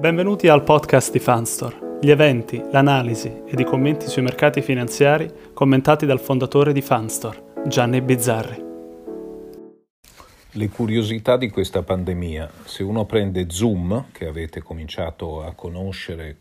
Benvenuti al podcast di Fanstore, gli eventi, l'analisi ed i commenti sui mercati finanziari commentati dal fondatore di Fanstore, Gianni Bizzarri. Le curiosità di questa pandemia. Se uno prende Zoom, che avete cominciato a conoscere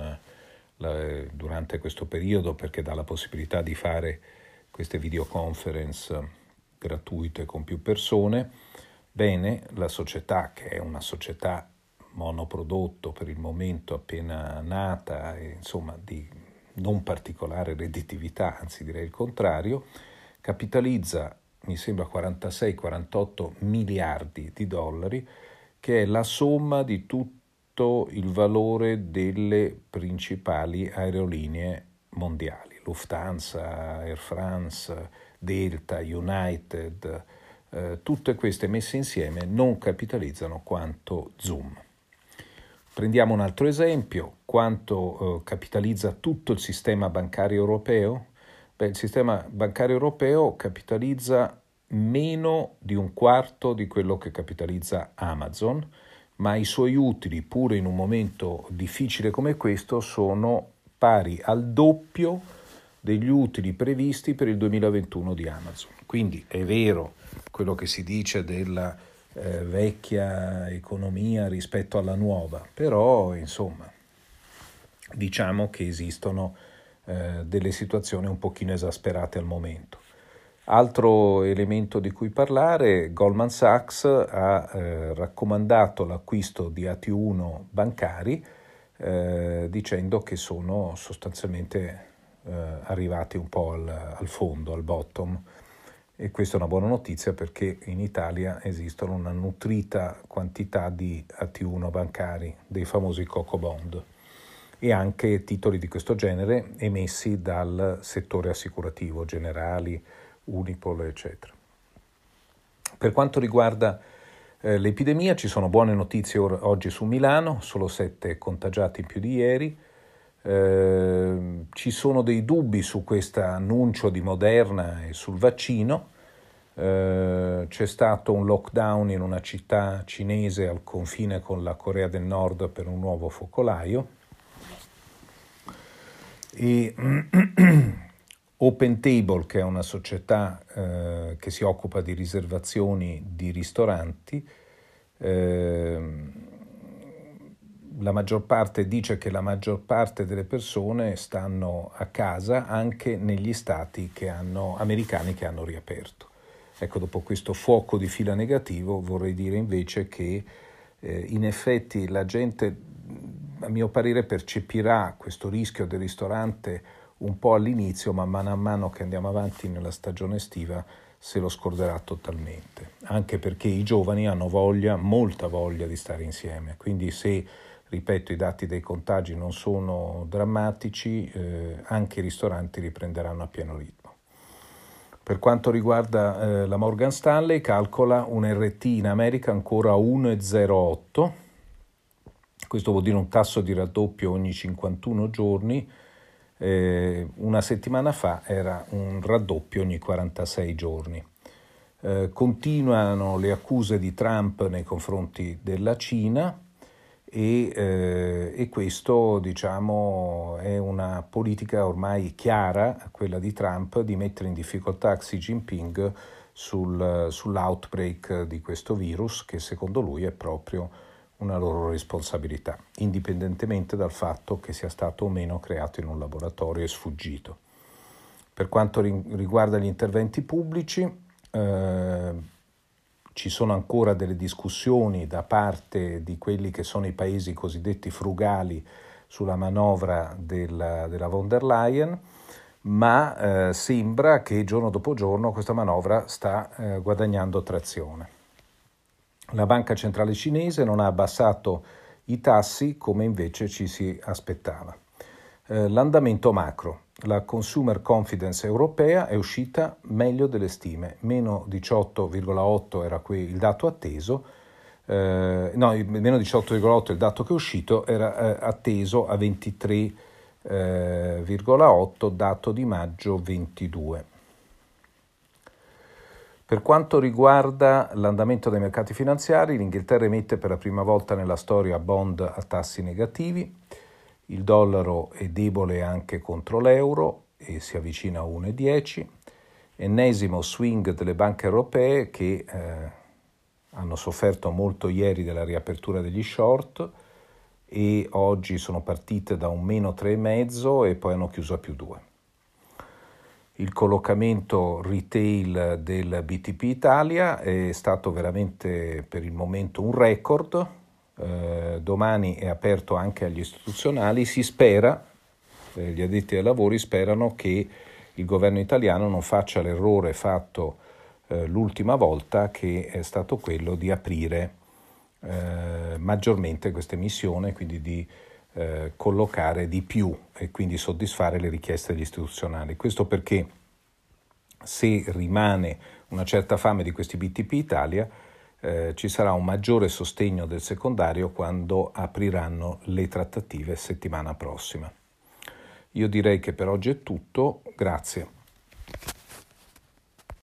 durante questo periodo perché dà la possibilità di fare queste videoconference gratuite con più persone, bene, la società, che è una società monoprodotto per il momento appena nata e insomma di non particolare redditività, anzi direi il contrario, capitalizza mi sembra 46-48 miliardi di dollari, che è la somma di tutto il valore delle principali aerolinee mondiali, Lufthansa, Air France, Delta, United, tutte queste messe insieme non capitalizzano quanto Zoom. Prendiamo un altro esempio, quanto capitalizza tutto il sistema bancario europeo? Beh, il sistema bancario europeo capitalizza meno di un quarto di quello che capitalizza Amazon, ma i suoi utili, pure in un momento difficile come questo, sono pari al doppio degli utili previsti per il 2021 di Amazon. Quindi è vero quello che si dice della vecchia economia rispetto alla nuova, però insomma diciamo che esistono delle situazioni un pochino esasperate al momento. Altro elemento di cui parlare, Goldman Sachs ha raccomandato l'acquisto di AT1 bancari dicendo che sono sostanzialmente arrivati un po' al fondo, al bottom. E questa è una buona notizia perché in Italia esistono una nutrita quantità di AT1 bancari, dei famosi Coco Bond, e anche titoli di questo genere emessi dal settore assicurativo, Generali, Unipol, eccetera. Per quanto riguarda l'epidemia, ci sono buone notizie oggi su Milano, solo 7 contagiati in più di ieri. Ci sono dei dubbi su questo annuncio di Moderna e sul vaccino. C'è stato un lockdown in una città cinese al confine con la Corea del Nord per un nuovo focolaio e OpenTable, che è una società che si occupa di riservazioni di ristoranti, la maggior parte dice che la maggior parte delle persone stanno a casa anche negli stati americani che hanno riaperto. Ecco, dopo questo fuoco di fila negativo vorrei dire invece che in effetti la gente, a mio parere, percepirà questo rischio del ristorante un po' all'inizio, ma mano a mano che andiamo avanti nella stagione estiva se lo scorderà totalmente, anche perché i giovani hanno molta voglia di stare insieme, quindi se, ripeto, i dati dei contagi non sono drammatici, anche i ristoranti riprenderanno a pieno ritmo. Per quanto riguarda la Morgan Stanley, calcola un RT in America ancora a 1,08, questo vuol dire un tasso di raddoppio ogni 51 giorni, una settimana fa era un raddoppio ogni 46 giorni. Continuano le accuse di Trump nei confronti della Cina e questo, diciamo, è una politica ormai chiara, quella di Trump, di mettere in difficoltà Xi Jinping sull'outbreak di questo virus, che secondo lui è proprio una loro responsabilità, indipendentemente dal fatto che sia stato o meno creato in un laboratorio e sfuggito. Per quanto riguarda gli interventi pubblici, ci sono ancora delle discussioni da parte di quelli che sono i paesi cosiddetti frugali sulla manovra della von der Leyen, ma sembra che giorno dopo giorno questa manovra sta guadagnando trazione. La banca centrale cinese non ha abbassato i tassi come invece ci si aspettava. L'andamento macro. La consumer confidence europea è uscita meglio delle stime, meno 18,8 era il dato atteso, meno 18,8 il dato che è uscito, era atteso a 23,8, dato di maggio 22. Per quanto riguarda l'andamento dei mercati finanziari, l'Inghilterra emette per la prima volta nella storia bond a tassi negativi, il dollaro è debole anche contro l'euro e si avvicina a 1,10, ennesimo swing delle banche europee che hanno sofferto molto ieri della riapertura degli short e oggi sono partite da un meno 3,5 e poi hanno chiuso a più 2. Il collocamento retail del BTP Italia è stato veramente per il momento un record, domani è aperto anche agli istituzionali, si spera, gli addetti ai lavori sperano che il governo italiano non faccia l'errore fatto l'ultima volta, che è stato quello di aprire maggiormente questa emissione, quindi di collocare di più e quindi soddisfare le richieste degli istituzionali. Questo perché se rimane una certa fame di questi BTP Italia ci sarà un maggiore sostegno del secondario quando apriranno le trattative settimana prossima. Io direi che per oggi è tutto, grazie.